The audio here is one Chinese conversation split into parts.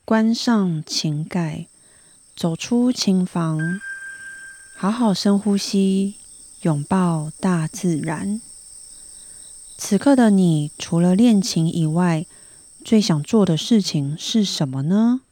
关上情盖，走出琴房，好好深呼吸，拥抱大自然。此刻的你，除了练琴以外，最想做的事情是什么呢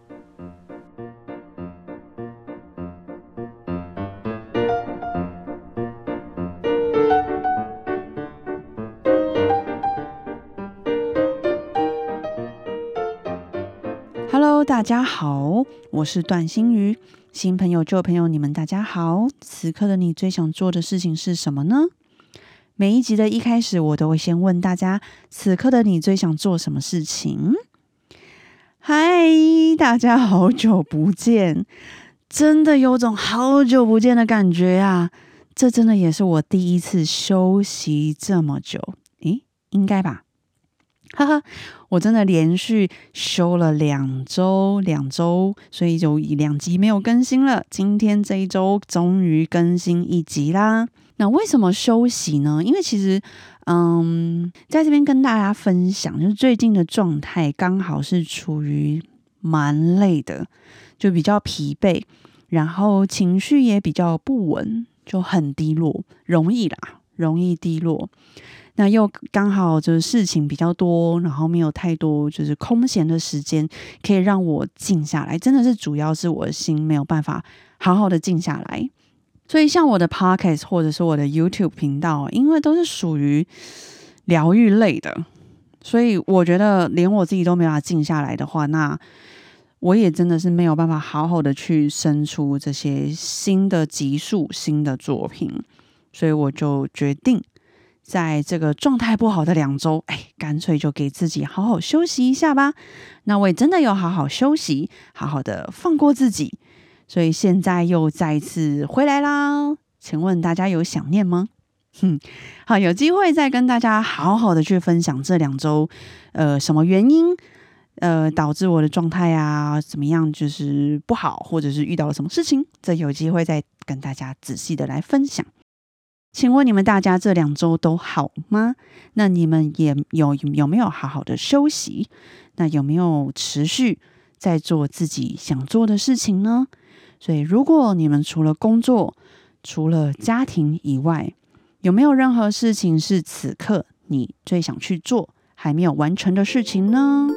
？Hello， 大家好，我是段心瑜。新朋友、旧朋友，你们大家好。此刻的你最想做的事情是什么呢？每一集的一开始，我都会先问大家：此刻的你最想做什么事情？嗨，大家好久不见，真的有种好久不见的感觉啊！这真的也是我第一次休息这么久，应该吧？哈哈，我真的连续休了2周，所以就2集没有更新了。今天这一周终于更新1集啦。那为什么休息呢？因为其实，在这边跟大家分享，就是最近的状态刚好是处于蛮累的，就比较疲惫，然后情绪也比较不稳，就很低落，容易低落。那又刚好就是事情比较多，然后没有太多就是空闲的时间可以让我静下来，真的是主要是我的心没有办法好好的静下来。所以像我的 podcast 或者是我的 YouTube 频道，因为都是属于疗愈类的，所以我觉得连我自己都没办法静下来的话，那我也真的是没有办法好好的去生出这些新的集数、新的作品，所以我就决定在这个状态不好的2周，干脆就给自己好好休息一下吧。那我也真的有好好休息，好好的放过自己，所以现在又再一次回来啦。请问大家有想念吗？好，有机会再跟大家好好的去分享这2周，什么原因导致我的状态啊怎么样就是不好，或者是遇到了什么事情，这有机会再跟大家仔细的来分享。请问你们大家这2周都好吗？那你们也有没有好好的休息？那有没有持续在做自己想做的事情呢？所以如果你们除了工作、除了家庭以外，有没有任何事情是此刻你最想去做还没有完成的事情呢？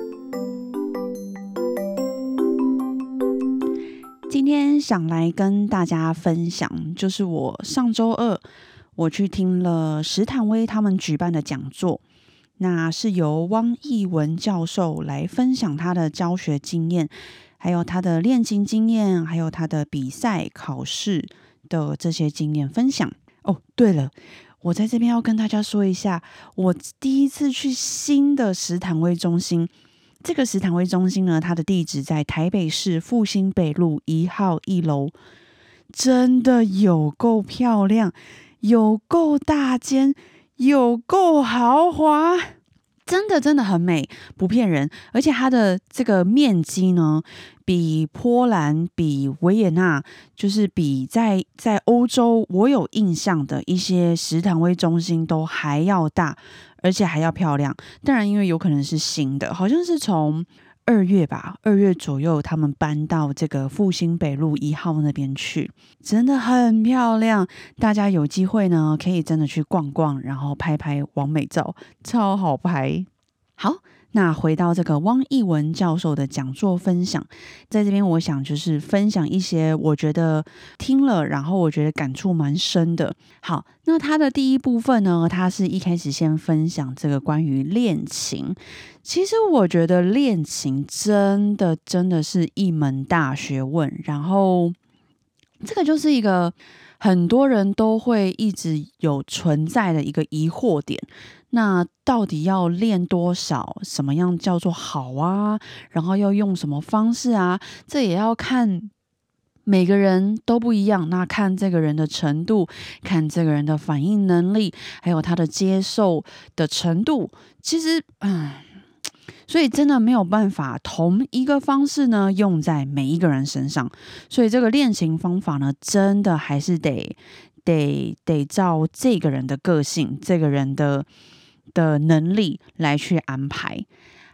今天想来跟大家分享，就是我上周2我去听了史坦威他们举办的讲座，那是由汪义文教授来分享他的教学经验，还有他的练琴经验，还有他的比赛考试的这些经验分享。哦，对了，我在这边要跟大家说一下，我第一次去新的史坦威中心。这个史坦威中心呢，它的地址在台北市复兴北路1号1楼，真的有够漂亮，有够大间，有够豪华，真的很美，不骗人。而且它的这个面积呢，比波兰、比维也纳，就是比在欧洲我有印象的一些史坦威中心都还要大，而且还要漂亮。当然，因为有可能是新的，好像是从2月左右，他们搬到这个复兴北路1号那边去，真的很漂亮。大家有机会呢，可以真的去逛逛，然后拍拍完美照，超好拍。好，那回到这个汪义文教授的讲座分享，在这边我想就是分享一些我觉得听了，然后我觉得感触蛮深的。好，那他的第一部分呢，他是一开始先分享这个关于练琴。其实我觉得练琴真的是一门大学问，然后这个就是一个很多人都会一直有存在的一个疑惑点。那到底要练多少？什么样叫做好啊？然后要用什么方式啊？这也要看每个人都不一样。那看这个人的程度，看这个人的反应能力，还有他的接受的程度。其实，所以真的没有办法同一个方式呢用在每一个人身上。所以这个练琴方法呢，真的还是得照这个人的个性，这个人的能力来去安排。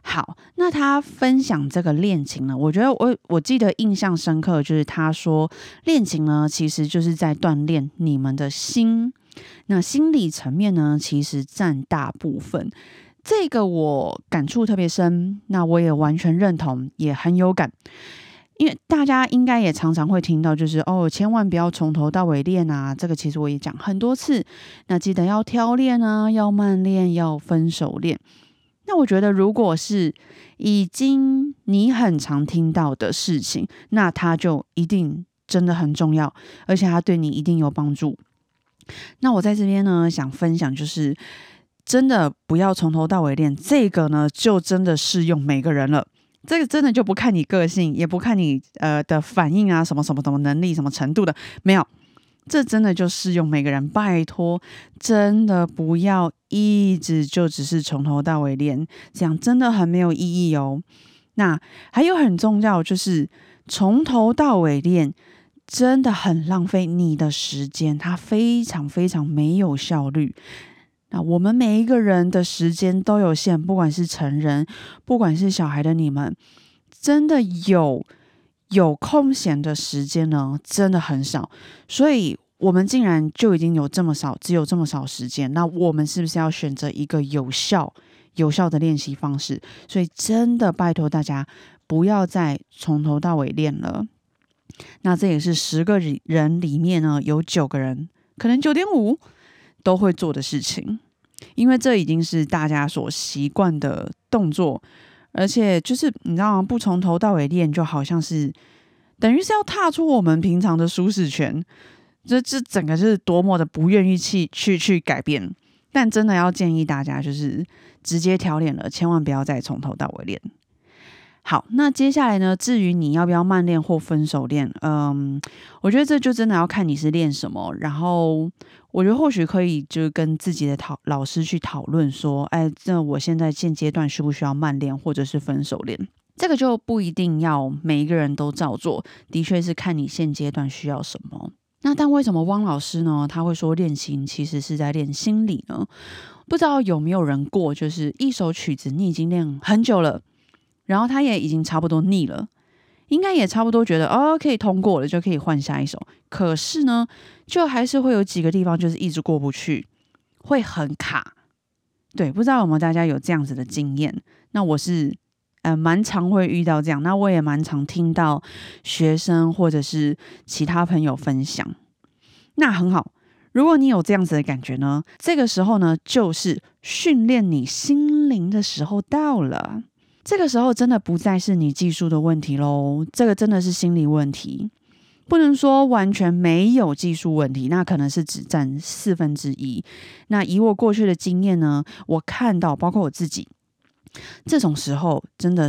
好，那他分享这个恋情呢，我觉得我记得印象深刻，就是他说恋情呢，其实就是在锻炼你们的心，那心理层面呢，其实占大部分。这个我感触特别深，那我也完全认同，也很有感。因为大家应该也常常会听到，就是千万不要从头到尾练啊。这个其实我也讲很多次。那记得要挑练啊，要慢练，要分手练。那我觉得，如果是已经你很常听到的事情，那它就一定真的很重要，而且它对你一定有帮助。那我在这边呢，想分享就是真的不要从头到尾练，这个呢就真的适用每个人了。这个真的就不看你个性，也不看你的反应啊，什么什么什么能力、什么程度的，没有。这真的就适用每个人，拜托，真的不要一直就只是从头到尾练，这样真的很没有意义哦。那还有很重要，就是从头到尾练，真的很浪费你的时间，它非常非常没有效率。那我们每一个人的时间都有限，不管是成人，不管是小孩的你们，真的有空闲的时间呢，真的很少，所以我们竟然就已经只有这么少时间，那我们是不是要选择一个有效的练习方式？所以真的拜托大家不要再从头到尾练了。那这也是10个人里面呢，有9个人，可能9.5都会做的事情，因为这已经是大家所习惯的动作。而且就是你知道吗？不从头到尾练，就好像是等于是要踏出我们平常的舒适圈，这整个是多么的不愿意去改变。但真的要建议大家，就是直接挑练了，千万不要再从头到尾练。好，那接下来呢？至于你要不要慢练或分手练，我觉得这就真的要看你是练什么。然后我觉得或许可以就是跟自己的老师去讨论说，这我现在现阶段需不需要慢练或者是分手练？这个就不一定要每一个人都照做，的确是看你现阶段需要什么。那但为什么汪老师呢？他会说练琴其实是在练心理呢？不知道有没有人过，就是一首曲子你已经练很久了。然后他也已经差不多腻了，应该也差不多觉得可以通过了，就可以换下一首。可是呢，就还是会有几个地方就是一直过不去，会很卡。对，不知道有没有大家有这样子的经验？那我是蛮常会遇到这样，那我也蛮常听到学生或者是其他朋友分享。那很好，如果你有这样子的感觉呢，这个时候呢，就是训练你心灵的时候到了。这个时候真的不再是你技术的问题咯，这个真的是心理问题，不能说完全没有技术问题，那可能是只占1/4。那以我过去的经验呢，我看到包括我自己，这种时候真的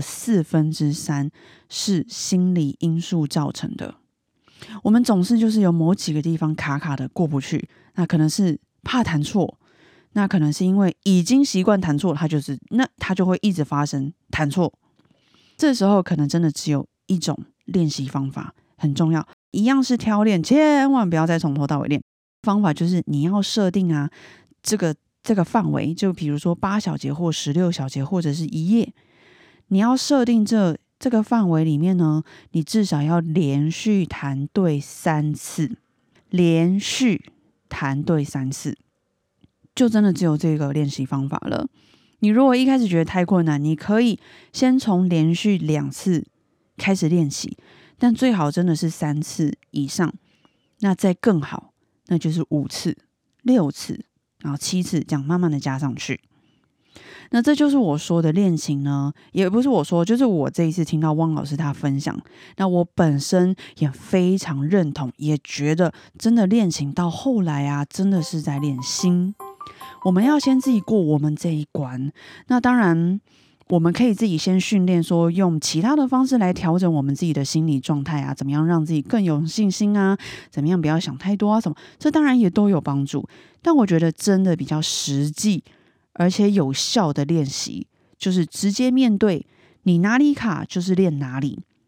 3/4是心理因素造成的。我们总是就是有某几个地方卡卡的过不去，那可能是怕弹错，那可能是因为已经习惯弹错，它就会一直发生弹错。这时候可能真的只有一种练习方法很重要，一样是挑练，千万不要再从头到尾练。方法就是你要设定这个范围，就比如说8小节或16小节或者是1页，你要设定这个范围里面呢，你至少要连续弹对3次，连续弹对3次。就真的只有这个练习方法了。你如果一开始觉得太困难，你可以先从连续2次开始练习，但最好真的是3次以上，那再更好，那就是5次、6次，然后7次，这样慢慢的加上去。那这就是我说的练琴呢，也不是我说，就是我这一次听到汪老师他分享，那我本身也非常认同，也觉得真的练琴到后来真的是在练心。我们要先自己过我们这一关，那当然我们可以自己先训练，说用其他的方式来调整我们自己的心理状态怎么样让自己更有信心怎么样不要想太多什么，这当然也都有帮助。但我觉得真的比较实际而且有效的练习，就是直接面对你哪里卡就是练哪里。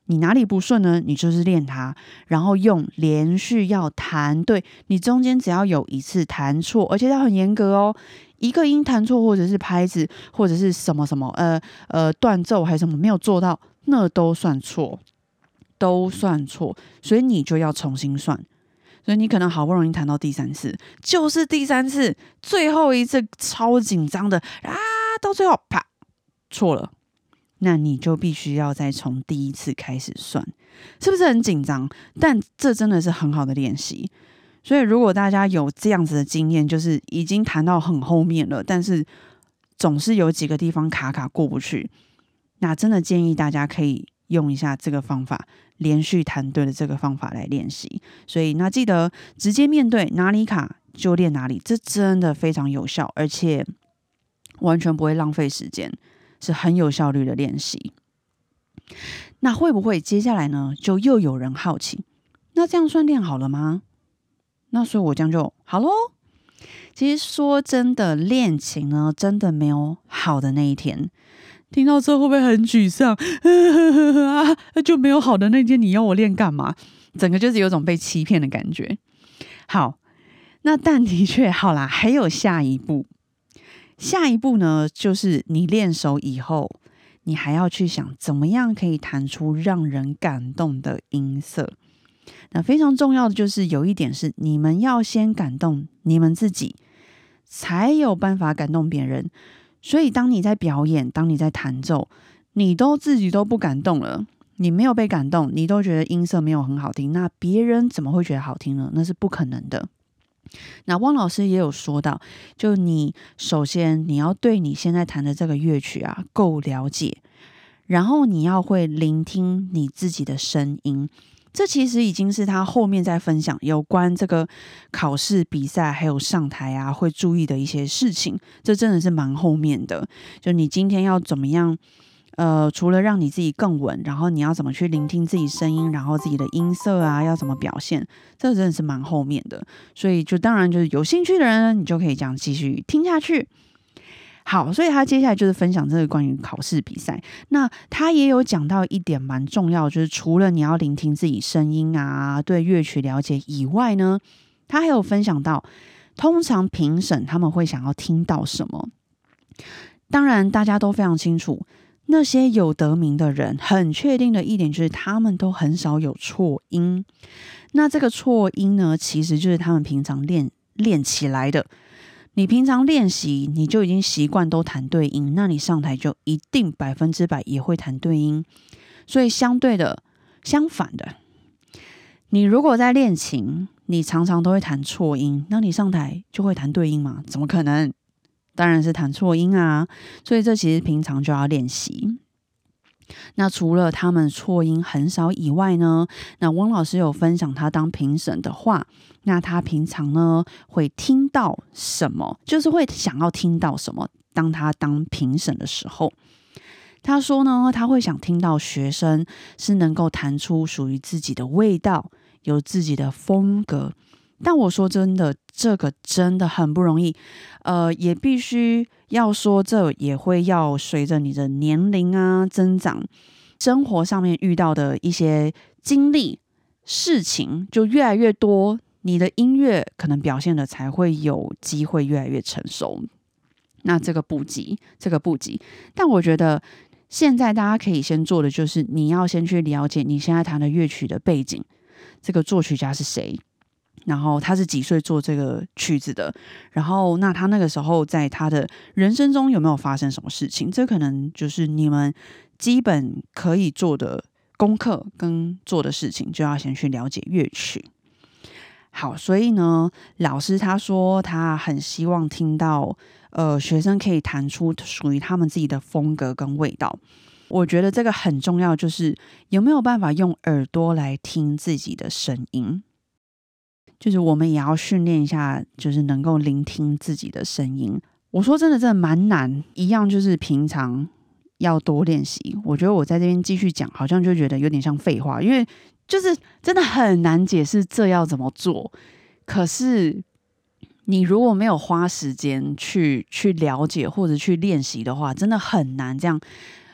你哪里不顺呢？你就是练它，然后用连续要弹对，你中间只要有一次弹错，而且它很严格哦，一个音弹错，或者是拍子，或者是什么什么断奏还是什么没有做到，那都算错，都算错，所以你就要重新算。所以你可能好不容易弹到第3次，就是第3次最后一次超紧张的啊，到最后啪错了。那你就必须要再从第1次开始算，是不是很紧张？但这真的是很好的练习。所以如果大家有这样子的经验，就是已经弹到很后面了，但是总是有几个地方卡过不去，那真的建议大家可以用一下这个方法，连续弹对的这个方法来练习。所以那记得直接面对哪里卡就练哪里，这真的非常有效，而且完全不会浪费时间，是很有效率的练习。那会不会接下来呢，就又有人好奇，那这样算练好了吗？那所以我这样就好咯。其实说真的，练琴呢，真的没有好的那一天。听到这会不会很沮丧？就没有好的那天，你要我练干嘛？整个就是有种被欺骗的感觉。好，那但的确好啦，还有下一步。下一步呢，就是你练熟以后，你还要去想怎么样可以弹出让人感动的音色。那非常重要的就是有一点是，你们要先感动你们自己，才有办法感动别人。所以当你在表演，当你在弹奏，你自己都不感动了，你没有被感动，你都觉得音色没有很好听，那别人怎么会觉得好听呢？那是不可能的。那汪老师也有说到，就你首先你要对你现在弹的这个乐曲啊够了解，然后你要会聆听你自己的声音。这其实已经是他后面在分享有关这个考试比赛还有上台啊会注意的一些事情，这真的是蛮后面的。就你今天要怎么样除了让你自己更稳，然后你要怎么去聆听自己声音，然后自己的音色啊要怎么表现，这真的是蛮后面的。所以就当然就是有兴趣的人，你就可以这样继续听下去。好，所以他接下来就是分享这个关于考试比赛。那他也有讲到一点蛮重要，就是除了你要聆听自己声音啊，对乐曲了解以外呢，他还有分享到，通常评审他们会想要听到什么。当然大家都非常清楚，那些有得名的人很确定的一点就是他们都很少有错音。那这个错音呢，其实就是他们平常练起来的。你平常练习，你就已经习惯都弹对音，那你上台就一定100%也会弹对音。所以相反的，你如果在练琴，你常常都会弹错音，那你上台就会弹对音吗？怎么可能？当然是弹错音啊。所以这其实平常就要练习。那除了他们错音很少以外呢，那汪老师有分享他当评审的话，那他平常呢会听到什么，就是会想要听到什么。当他当评审的时候，他说呢，他会想听到学生是能够弹出属于自己的味道，有自己的风格。但我说真的，这个真的很不容易，也必须要说，这也会要随着你的年龄啊增长，生活上面遇到的一些经历事情就越来越多，你的音乐可能表现的才会有机会越来越成熟。那这个不急，但我觉得现在大家可以先做的就是，你要先去了解你现在弹的乐曲的背景，这个作曲家是谁，然后他是几岁做这个曲子的，然后那他那个时候在他的人生中有没有发生什么事情，这可能就是你们基本可以做的功课跟做的事情，就要先去了解乐曲。好，所以呢，老师他说他很希望听到学生可以弹出属于他们自己的风格跟味道。我觉得这个很重要，就是有没有办法用耳朵来听自己的声音。就是我们也要训练一下，就是能够聆听自己的声音。我说真的蛮难，一样就是平常要多练习。我觉得我在这边继续讲，好像就觉得有点像废话，因为就是真的很难解释这要怎么做。可是你如果没有花时间去了解或者去练习的话，真的很难这样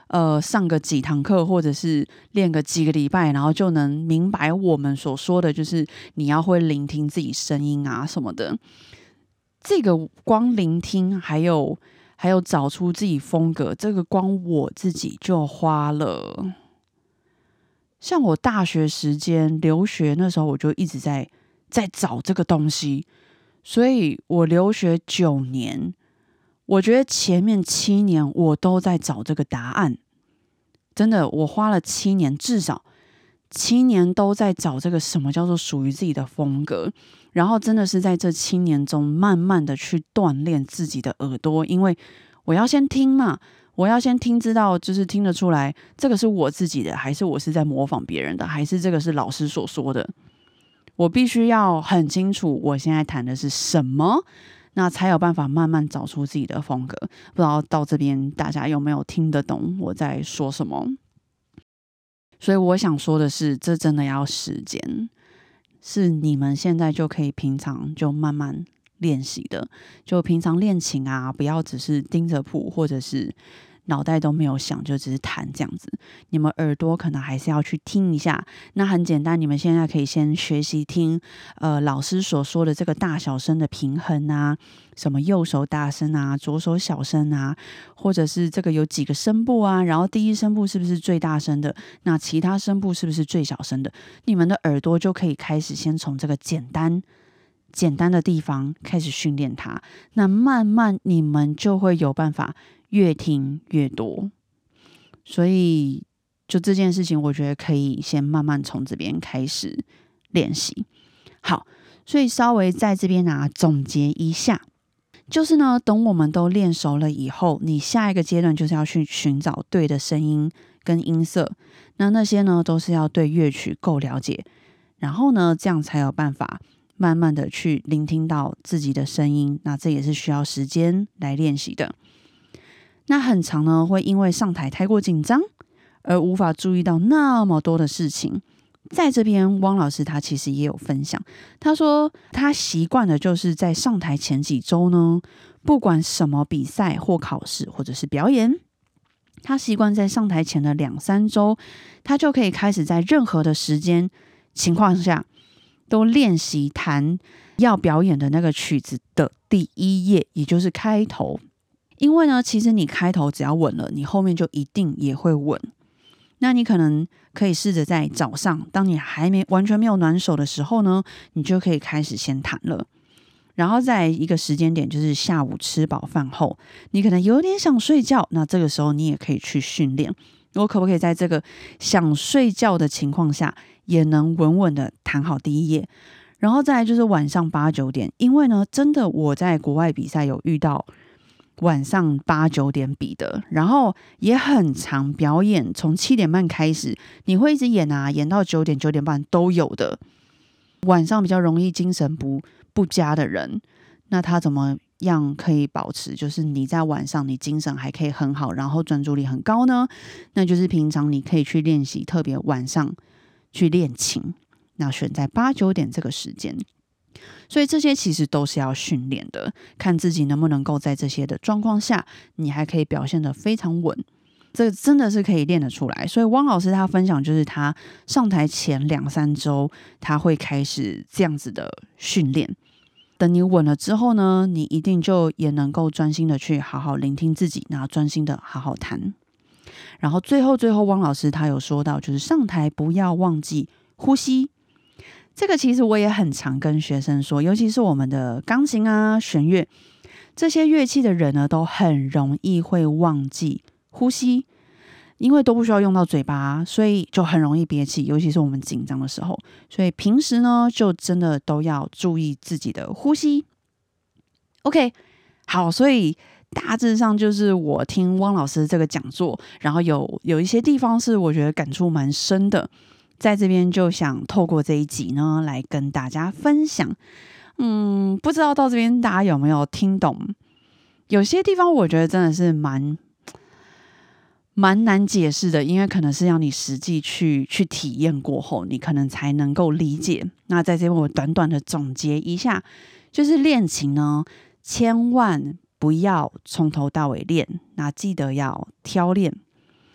上个几堂课，或者是练个几个礼拜，然后就能明白我们所说的就是你要会聆听自己声音啊什么的。这个光聆听还有找出自己风格，这个光我自己就花了，像我大学时间留学那时候，我就一直在找这个东西，所以我留学9年，我觉得前面7年我都在找这个答案，真的，我花了7年，至少7年都在找这个什么叫做属于自己的风格。然后真的是在这7年中，慢慢的去锻炼自己的耳朵，因为我要先听嘛，我要先听，知道就是听得出来，这个是我自己的，还是我是在模仿别人的，还是这个是老师所说的。我必须要很清楚我现在弹的是什么，那才有办法慢慢找出自己的风格。不知道到这边大家有没有听得懂我在说什么？所以我想说的是，这真的要时间，是你们现在就可以平常就慢慢练习的。就平常练琴啊，不要只是盯着谱，或者是脑袋都没有想，就只是弹这样子。你们耳朵可能还是要去听一下。那很简单，你们现在可以先学习听老师所说的这个大小声的平衡啊，什么右手大声啊，左手小声啊，或者是这个有几个声部啊，然后第一声部是不是最大声的，那其他声部是不是最小声的，你们的耳朵就可以开始先从这个简单的地方开始训练它，那慢慢你们就会有办法越听越多。所以就这件事情，我觉得可以先慢慢从这边开始练习。好，所以稍微在这边总结一下，就是呢，等我们都练熟了以后，你下一个阶段就是要去寻找对的声音跟音色，那些呢都是要对乐曲够了解，然后呢这样才有办法慢慢的去聆听到自己的声音，那这也是需要时间来练习的。那很常呢会因为上台太过紧张而无法注意到那么多的事情。在这边汪老师他其实也有分享，他说他习惯的就是在上台前几周呢，不管什么比赛或考试或者是表演，他习惯在上台前的2-3周，他就可以开始在任何的时间情况下都练习弹要表演的那个曲子的第1页，也就是开头。因为呢，其实你开头只要稳了，你后面就一定也会稳。那你可能可以试着在早上，当你还完全没有暖手的时候呢，你就可以开始先弹了。然后在一个时间点，就是下午吃饱饭后，你可能有点想睡觉，那这个时候你也可以去训练。我可不可以在这个想睡觉的情况下，也能稳稳的弹好第1页？然后再来就是晚上8-9点，因为呢，真的我在国外比赛有遇到晚上8-9点比的，然后也很常表演，从7点半开始，你会一直演演到9点、9点半都有的。晚上比较容易精神不佳的人，那他怎么样可以保持就是你在晚上你精神还可以很好，然后专注力很高呢？那就是平常你可以去练习，特别晚上去练琴，那选在8-9点这个时间。所以这些其实都是要训练的，看自己能不能够在这些的状况下，你还可以表现得非常稳，这真的是可以练得出来。所以汪老师他分享，就是他上台前2-3周，他会开始这样子的训练。等你稳了之后呢，你一定就也能够专心的去好好聆听自己，然后专心的好好弹。然后最后汪老师他有说到，就是上台不要忘记呼吸。这个其实我也很常跟学生说，尤其是我们的钢琴啊、弦乐这些乐器的人呢，都很容易会忘记呼吸，因为都不需要用到嘴巴，所以就很容易憋气，尤其是我们紧张的时候。所以平时呢，就真的都要注意自己的呼吸。OK， 好，所以大致上就是我听汪老师这个讲座，然后有一些地方是我觉得感触蛮深的。在这边就想透过这一集呢，来跟大家分享。不知道到这边大家有没有听懂？有些地方我觉得真的是蛮难解释的，因为可能是要你实际去体验过后，你可能才能够理解。那在这边我短短的总结一下，就是练琴呢，千万不要从头到尾练，那记得要挑练。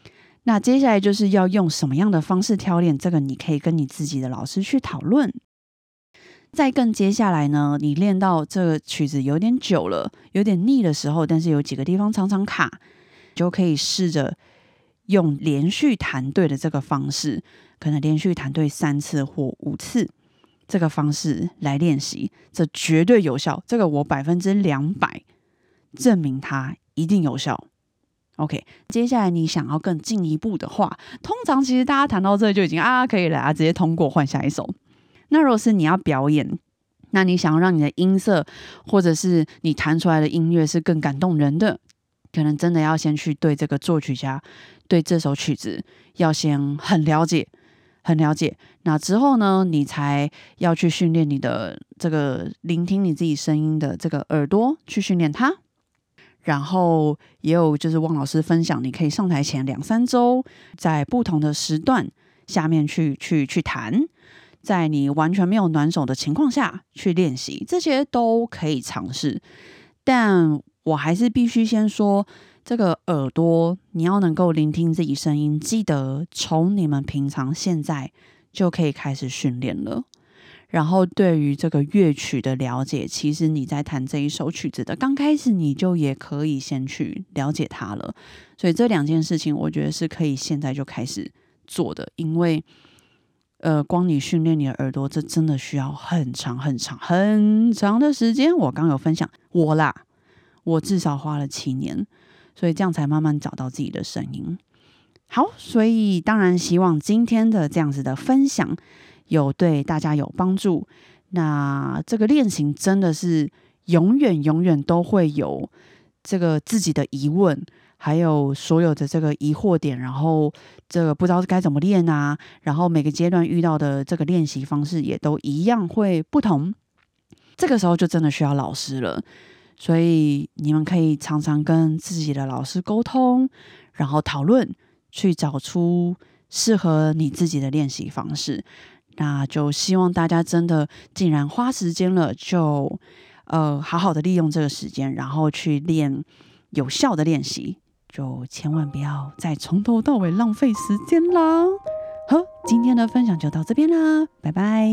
那接下来就是要用什么样的方式挑练，这个你可以跟你自己的老师去讨论。再更接下来呢，你练到这个曲子有点久了，有点腻的时候，但是有几个地方常常卡，就可以试着用连续弹对的这个方式，可能连续弹对3次或5次这个方式来练习，这绝对有效，这个我200%证明它一定有效。OK， 接下来你想要更进一步的话，通常其实大家弹到这就已经可以了直接通过换下一首。那如果是你要表演，那你想要让你的音色或者是你弹出来的音乐是更感动人的，可能真的要先去对这个作曲家，对这首曲子要先很了解，那之后呢，你才要去训练你的这个聆听你自己声音的这个耳朵，去训练它。然后也有就是汪老师分享，你可以上台前2-3周，在不同的时段下面去弹，在你完全没有暖手的情况下去练习，这些都可以尝试。但我还是必须先说，这个耳朵你要能够聆听自己声音，记得从你们平常现在就可以开始训练了。然后对于这个乐曲的了解，其实你在弹这一首曲子的刚开始，你就也可以先去了解它了。所以这2件事情我觉得是可以现在就开始做的，因为光你训练你的耳朵，这真的需要很长的时间。我刚有分享我至少花了7年，所以这样才慢慢找到自己的声音。好，所以当然希望今天的这样子的分享有对大家有帮助。那这个练习真的是永远都会有这个自己的疑问，还有所有的这个疑惑点，然后这个不知道该怎么练啊，然后每个阶段遇到的这个练习方式也都一样会不同，这个时候就真的需要老师了。所以你们可以常常跟自己的老师沟通，然后讨论，去找出适合你自己的练习方式。那就希望大家真的既然花时间了，就好好的利用这个时间，然后去练有效的练习，就千万不要再从头到尾浪费时间啦。好，今天的分享就到这边啦，拜拜。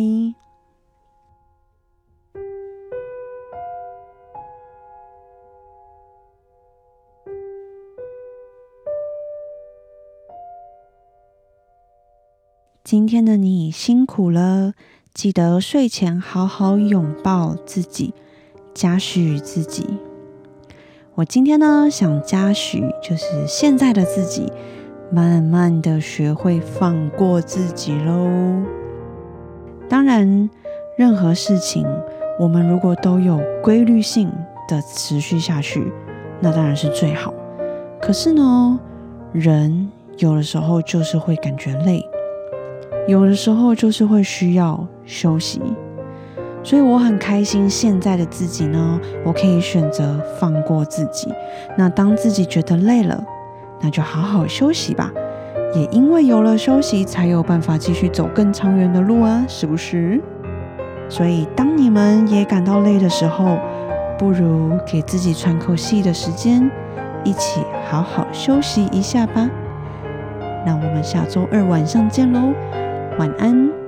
今天的你辛苦了，记得睡前好好拥抱自己，嘉许自己。我今天呢，想嘉许就是现在的自己，慢慢的学会放过自己咯。当然，任何事情我们如果都有规律性的持续下去，那当然是最好。可是呢，人有的时候就是会感觉累，有的时候就是会需要休息。所以我很开心现在的自己呢，我可以选择放过自己。那当自己觉得累了，那就好好休息吧。也因为有了休息，才有办法继续走更长远的路啊，是不是？所以当你们也感到累的时候，不如给自己喘口气的时间，一起好好休息一下吧。那我们下周2晚上见咯，晚安。